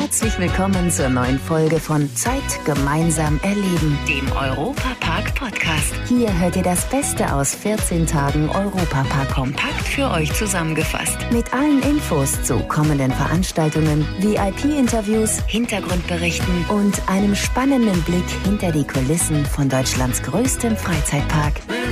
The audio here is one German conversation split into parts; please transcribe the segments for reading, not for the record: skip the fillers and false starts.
Herzlich willkommen zur neuen Folge von Zeit gemeinsam erleben, dem Europa-Park-Podcast. Hier hört ihr das Beste aus 14 Tagen Europa-Park kompakt für euch zusammengefasst. Mit allen Infos zu kommenden Veranstaltungen, VIP-Interviews, Hintergrundberichten und einem spannenden Blick hinter die Kulissen von Deutschlands größtem Freizeitpark.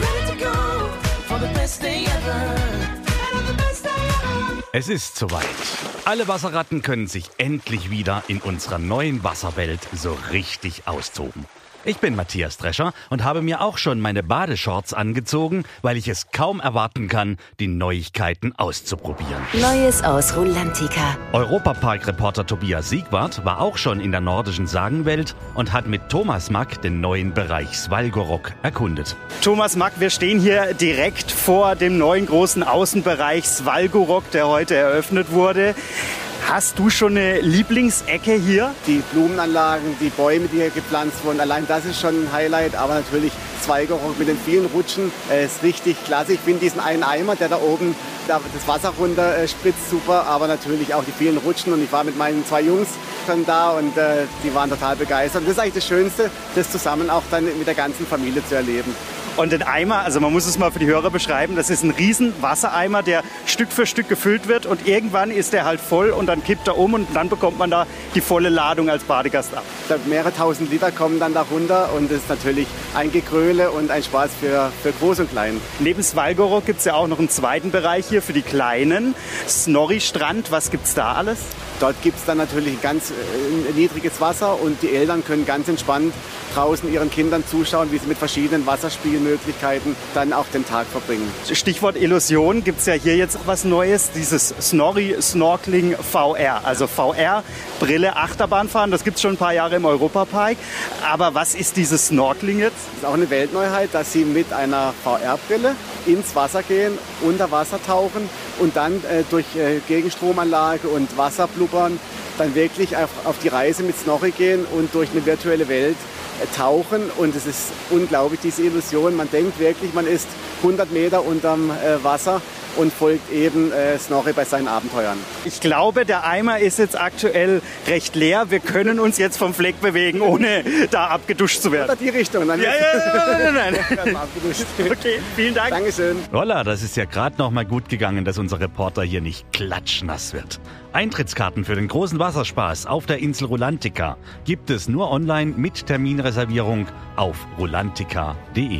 Es ist soweit. Alle Wasserratten können sich endlich wieder in unserer neuen Wasserwelt so richtig austoben. Ich bin Matthias Drescher und habe mir auch schon meine Badeshorts angezogen, weil ich es kaum erwarten kann, die Neuigkeiten auszuprobieren. Neues aus Rulantica. Europapark-Reporter Tobias Siegwart war auch schon in der nordischen Sagenwelt und hat mit Thomas Mack den neuen Bereich Svalgorok erkundet. Thomas Mack, wir stehen hier direkt vor dem neuen großen Außenbereich Svalgorok, der heute eröffnet wurde. Hast du schon eine Lieblingsecke hier? Die Blumenanlagen, die Bäume, die hier gepflanzt wurden, allein das ist schon ein Highlight. Aber natürlich Svalgorok mit den vielen Rutschen ist richtig klasse. Ich finde diesen einen Eimer, der da oben das Wasser runter spritzt, super. Aber natürlich auch die vielen Rutschen. Und ich war mit meinen 2 Jungs schon da und die waren total begeistert. Und das ist eigentlich das Schönste, das zusammen auch dann mit der ganzen Familie zu erleben. Und den Eimer, also man muss es mal für die Hörer beschreiben, das ist ein riesen Wassereimer, der Stück für Stück gefüllt wird und irgendwann ist der halt voll und dann kippt er um und dann bekommt man da die volle Ladung als Badegast ab. Mehrere tausend Liter kommen dann da runter und das ist natürlich ein Gekröle und ein Spaß für Groß und Klein. Neben Svalgorok gibt es ja auch noch einen zweiten Bereich hier für die Kleinen, Snorri-Strand. Was gibt's da alles? Dort gibt es dann natürlich ganz niedriges Wasser und die Eltern können ganz entspannt draußen ihren Kindern zuschauen, wie sie mit verschiedenen Wasserspielmöglichkeiten dann auch den Tag verbringen. Stichwort Illusion, gibt es ja hier jetzt auch was Neues, dieses Snorri Snorkeling VR, also VR-Brille, Achterbahnfahren, das gibt es schon ein paar Jahre im Europapark. Aber was ist dieses Snorkeling jetzt? Das ist auch eine Weltneuheit, dass sie mit einer VR-Brille ins Wasser gehen, unter Wasser tauchen und dann durch Gegenstromanlage und Wasserblubbern dann wirklich auf die Reise mit Snorri gehen und durch eine virtuelle Welt tauchen. Und es ist unglaublich, diese Illusion. Man denkt wirklich, man ist 100 Meter unterm Wasser und folgt eben Snorri bei seinen Abenteuern. Ich glaube, der Eimer ist jetzt aktuell recht leer. Wir können uns jetzt vom Fleck bewegen, ohne da abgeduscht zu werden. Oder die Richtung. Dann Nein. Okay, vielen Dank. Dankeschön. Voila, das ist ja gerade noch mal gut gegangen, dass unser Reporter hier nicht klatschnass wird. Eintrittskarten für den großen Wasserspaß auf der Insel Rulantica gibt es nur online mit Terminreservierung auf rulantica.de.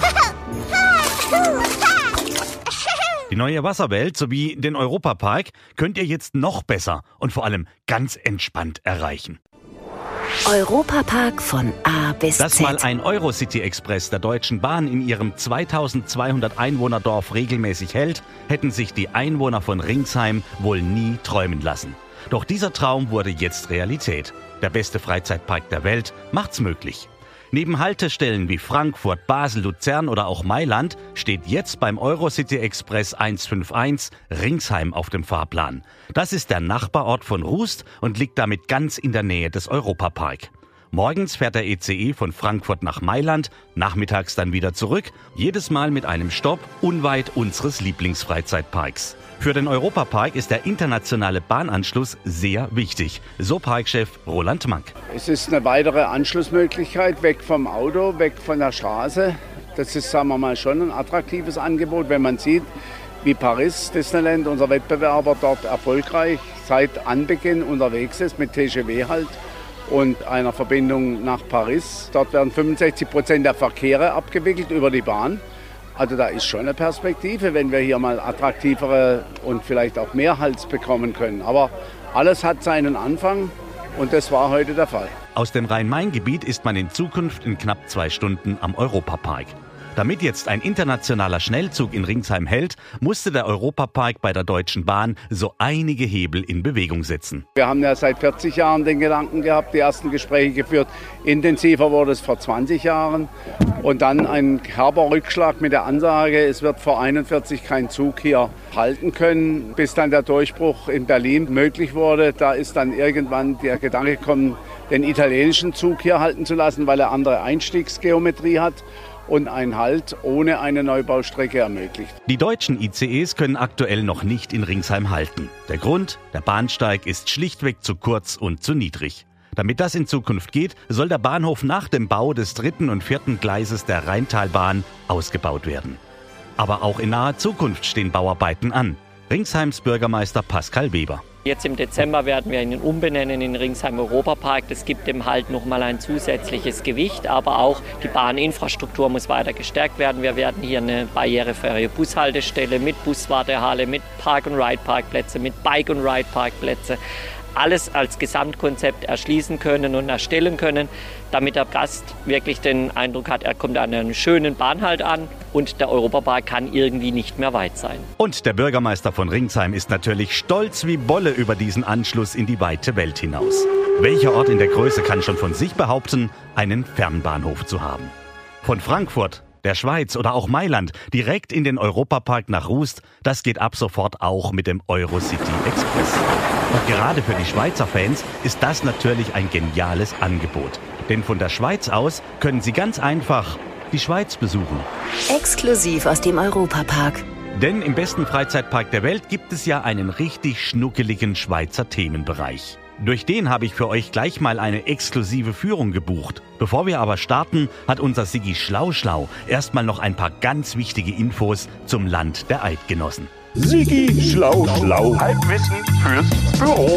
Die neue Wasserwelt sowie den Europapark könnt ihr jetzt noch besser und vor allem ganz entspannt erreichen. Europapark von A bis Z. Dass mal ein Eurocity-Express der Deutschen Bahn in ihrem 2200 Einwohnerdorf regelmäßig hält, hätten sich die Einwohner von Ringsheim wohl nie träumen lassen. Doch dieser Traum wurde jetzt Realität. Der beste Freizeitpark der Welt macht's möglich. Neben Haltestellen wie Frankfurt, Basel, Luzern oder auch Mailand steht jetzt beim Eurocity Express 151 Ringsheim auf dem Fahrplan. Das ist der Nachbarort von Rust und liegt damit ganz in der Nähe des Europapark. Morgens fährt der ECE von Frankfurt nach Mailand, nachmittags dann wieder zurück, jedes Mal mit einem Stopp unweit unseres Lieblingsfreizeitparks. Für den Europapark ist der internationale Bahnanschluss sehr wichtig, so Parkchef Roland Mack. Es ist eine weitere Anschlussmöglichkeit, weg vom Auto, weg von der Straße. Das ist, sagen wir mal, schon ein attraktives Angebot, wenn man sieht, wie Paris Disneyland, unser Wettbewerber, dort erfolgreich seit Anbeginn unterwegs ist, mit TGV halt und einer Verbindung nach Paris. Dort werden 65% der Verkehre abgewickelt über die Bahn. Also da ist schon eine Perspektive, wenn wir hier mal attraktivere und vielleicht auch mehr Hals bekommen können. Aber alles hat seinen Anfang und das war heute der Fall. Aus dem Rhein-Main-Gebiet ist man in Zukunft in knapp 2 Stunden am Europapark. Damit jetzt ein internationaler Schnellzug in Ringsheim hält, musste der Europapark bei der Deutschen Bahn so einige Hebel in Bewegung setzen. Wir haben ja seit 40 Jahren den Gedanken gehabt, die ersten Gespräche geführt. Intensiver wurde es vor 20 Jahren. Und dann ein herber Rückschlag mit der Ansage, es wird vor 41 kein Zug hier halten können. Bis dann der Durchbruch in Berlin möglich wurde, da ist dann irgendwann der Gedanke gekommen, den italienischen Zug hier halten zu lassen, weil er andere Einstiegsgeometrie hat. und ein Halt ohne eine Neubaustrecke ermöglicht. Die deutschen ICEs können aktuell noch nicht in Ringsheim halten. Der Grund? Der Bahnsteig ist schlichtweg zu kurz und zu niedrig. Damit das in Zukunft geht, soll der Bahnhof nach dem Bau des 3. und 4. Gleises der Rheintalbahn ausgebaut werden. Aber auch in naher Zukunft stehen Bauarbeiten an. Ringsheims Bürgermeister Pascal Weber. Jetzt im Dezember werden wir ihn umbenennen in Ringsheim Europapark. Das gibt dem Halt nochmal ein zusätzliches Gewicht, aber auch die Bahninfrastruktur muss weiter gestärkt werden. Wir werden hier eine barrierefreie Bushaltestelle mit Buswartehalle, mit Park-and-Ride-Parkplätze, mit Bike-and-Ride-Parkplätze. Alles als Gesamtkonzept erschließen können und erstellen können, damit der Gast wirklich den Eindruck hat, er kommt an einem schönen Bahnhalt an und der Europapark kann irgendwie nicht mehr weit sein. Und der Bürgermeister von Ringsheim ist natürlich stolz wie Bolle über diesen Anschluss in die weite Welt hinaus. Welcher Ort in der Größe kann schon von sich behaupten, einen Fernbahnhof zu haben? Von Frankfurt, der Schweiz oder auch Mailand direkt in den Europapark nach Rust, das geht ab sofort auch mit dem Eurocity Express. Und gerade für die Schweizer Fans ist das natürlich ein geniales Angebot. Denn von der Schweiz aus können sie ganz einfach die Schweiz besuchen. Exklusiv aus dem Europapark. Denn im besten Freizeitpark der Welt gibt es ja einen richtig schnuckeligen Schweizer Themenbereich. Durch den habe ich für euch gleich mal eine exklusive Führung gebucht. Bevor wir aber starten, hat unser Sigi Schlau erstmal noch ein paar ganz wichtige Infos zum Land der Eidgenossen. Sigi Schlau. Halbwissen fürs Büro.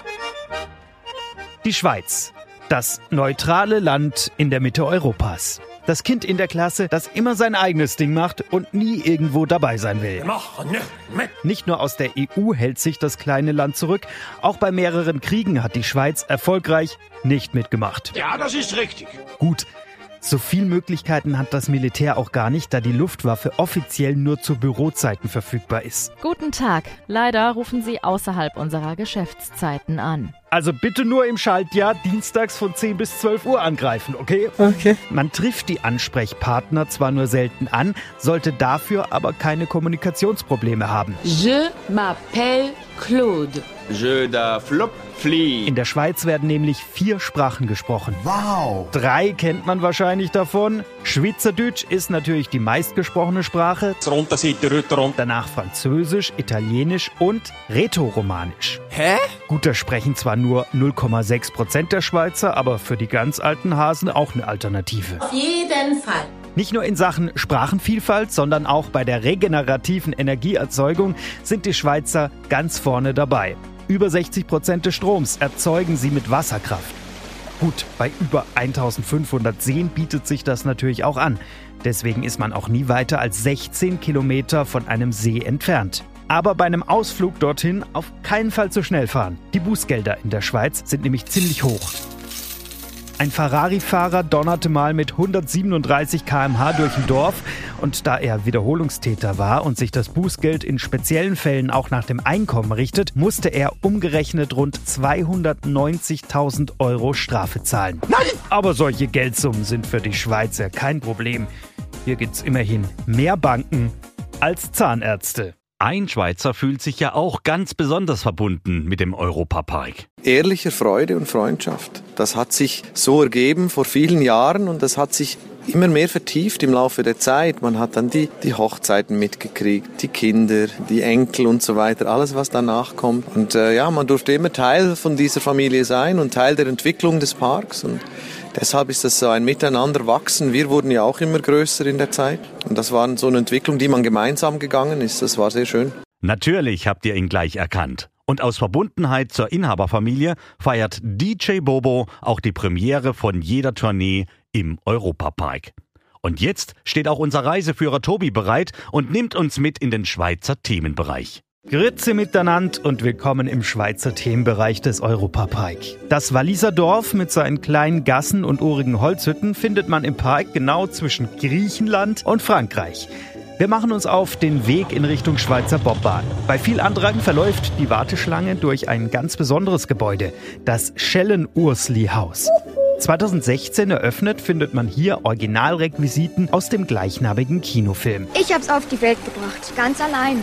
Die Schweiz. Das neutrale Land in der Mitte Europas. Das Kind in der Klasse, das immer sein eigenes Ding macht und nie irgendwo dabei sein will. Nicht nur aus der EU hält sich das kleine Land zurück, auch bei mehreren Kriegen hat die Schweiz erfolgreich nicht mitgemacht. Ja, das ist richtig. Gut, so viel Möglichkeiten hat das Militär auch gar nicht, da die Luftwaffe offiziell nur zu Bürozeiten verfügbar ist. Guten Tag. Leider rufen Sie außerhalb unserer Geschäftszeiten an. Also bitte nur im Schaltjahr dienstags von 10 bis 12 Uhr angreifen, okay? Okay. Man trifft die Ansprechpartner zwar nur selten an, sollte dafür aber keine Kommunikationsprobleme haben. Je m'appelle Claude. Je da flop flie. In der Schweiz werden nämlich 4 Sprachen gesprochen. Wow. 3 kennt man wahrscheinlich davon. Schweizerdeutsch ist natürlich die meistgesprochene Sprache. Danach Französisch, Italienisch und Rätoromanisch. Hä? Gut, das sprechen zwar nur 0,6% der Schweizer, aber für die ganz alten Hasen auch eine Alternative. Auf jeden Fall. Nicht nur in Sachen Sprachenvielfalt, sondern auch bei der regenerativen Energieerzeugung sind die Schweizer ganz vorne dabei. Über 60% des Stroms erzeugen sie mit Wasserkraft. Gut, bei über 1500 Seen bietet sich das natürlich auch an. Deswegen ist man auch nie weiter als 16 Kilometer von einem See entfernt. Aber bei einem Ausflug dorthin auf keinen Fall zu schnell fahren. Die Bußgelder in der Schweiz sind nämlich ziemlich hoch. Ein Ferrari-Fahrer donnerte mal mit 137 km/h durch ein Dorf und da er Wiederholungstäter war und sich das Bußgeld in speziellen Fällen auch nach dem Einkommen richtet, musste er umgerechnet rund 290.000 € Strafe zahlen. Nein! Aber solche Geldsummen sind für die Schweizer kein Problem. Hier gibt's immerhin mehr Banken als Zahnärzte. Ein Schweizer fühlt sich ja auch ganz besonders verbunden mit dem Europapark. Ehrliche Freude und Freundschaft. Das hat sich so ergeben vor vielen Jahren und das hat sich immer mehr vertieft im Laufe der Zeit. Man hat dann die Hochzeiten mitgekriegt, die Kinder, die Enkel und so weiter, alles was danach kommt. Und man durfte immer Teil von dieser Familie sein und Teil der Entwicklung des Parks. Und deshalb ist das so ein Miteinander wachsen. Wir wurden ja auch immer größer in der Zeit. Und das war so eine Entwicklung, die man gemeinsam gegangen ist. Das war sehr schön. Natürlich habt ihr ihn gleich erkannt. Und aus Verbundenheit zur Inhaberfamilie feiert DJ Bobo auch die Premiere von jeder Tournee im Europapark. Und jetzt steht auch unser Reiseführer Tobi bereit und nimmt uns mit in den Schweizer Themenbereich. Grüezi miteinander und willkommen im Schweizer Themenbereich des Europapark. Das Walliser Dorf mit seinen kleinen Gassen und urigen Holzhütten findet man im Park genau zwischen Griechenland und Frankreich. Wir machen uns auf den Weg in Richtung Schweizer Bobbahn. Bei viel Andrang verläuft die Warteschlange durch ein ganz besonderes Gebäude, das Schellen-Ursli-Haus. 2016 eröffnet, findet man hier Originalrequisiten aus dem gleichnamigen Kinofilm. Ich hab's auf die Welt gebracht, ganz allein.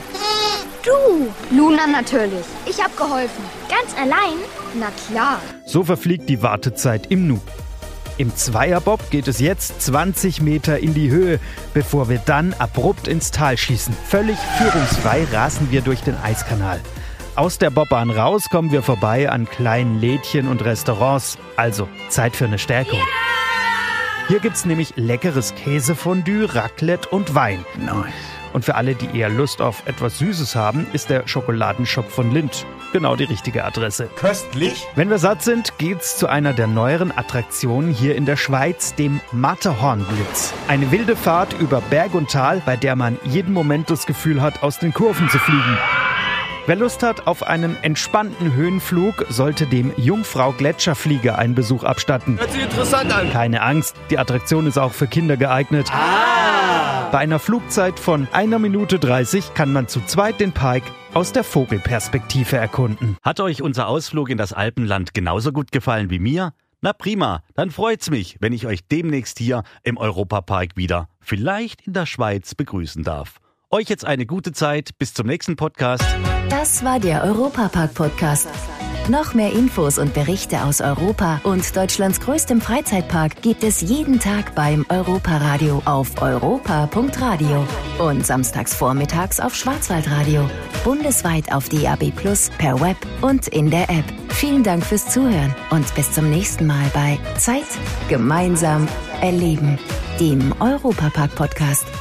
Du? Luna natürlich. Ich hab geholfen. Ganz allein? Na klar. So verfliegt die Wartezeit im Nu. Im Zweierbob geht es jetzt 20 Meter in die Höhe, bevor wir dann abrupt ins Tal schießen. Völlig führungsfrei rasen wir durch den Eiskanal. Aus der Bobbahn raus kommen wir vorbei an kleinen Lädchen und Restaurants. Also Zeit für eine Stärkung. Hier gibt's nämlich leckeres Käsefondue, Raclette und Wein. Nice. Und für alle, die eher Lust auf etwas Süßes haben, ist der Schokoladenshop von Lindt genau die richtige Adresse. Köstlich. Wenn wir satt sind, geht's zu einer der neueren Attraktionen hier in der Schweiz, dem Matterhornblitz. Eine wilde Fahrt über Berg und Tal, bei der man jeden Moment das Gefühl hat, aus den Kurven zu fliegen. Wer Lust hat auf einen entspannten Höhenflug, sollte dem Jungfrau-Gletscherflieger einen Besuch abstatten. Hört sich interessant an. Keine Angst, die Attraktion ist auch für Kinder geeignet. Bei einer Flugzeit von 1 Minute 30 kann man zu zweit den Park aus der Vogelperspektive erkunden. Hat euch unser Ausflug in das Alpenland genauso gut gefallen wie mir? Na prima, dann freut's mich, wenn ich euch demnächst hier im Europapark wieder, vielleicht in der Schweiz, begrüßen darf. Euch jetzt eine gute Zeit, bis zum nächsten Podcast. Das war der Europapark-Podcast. Noch mehr Infos und Berichte aus Europa und Deutschlands größtem Freizeitpark gibt es jeden Tag beim Europaradio auf europa.radio und samstags vormittags auf Schwarzwaldradio. Bundesweit auf DAB+, per Web und in der App. Vielen Dank fürs Zuhören und bis zum nächsten Mal bei Zeit gemeinsam erleben, dem Europapark-Podcast.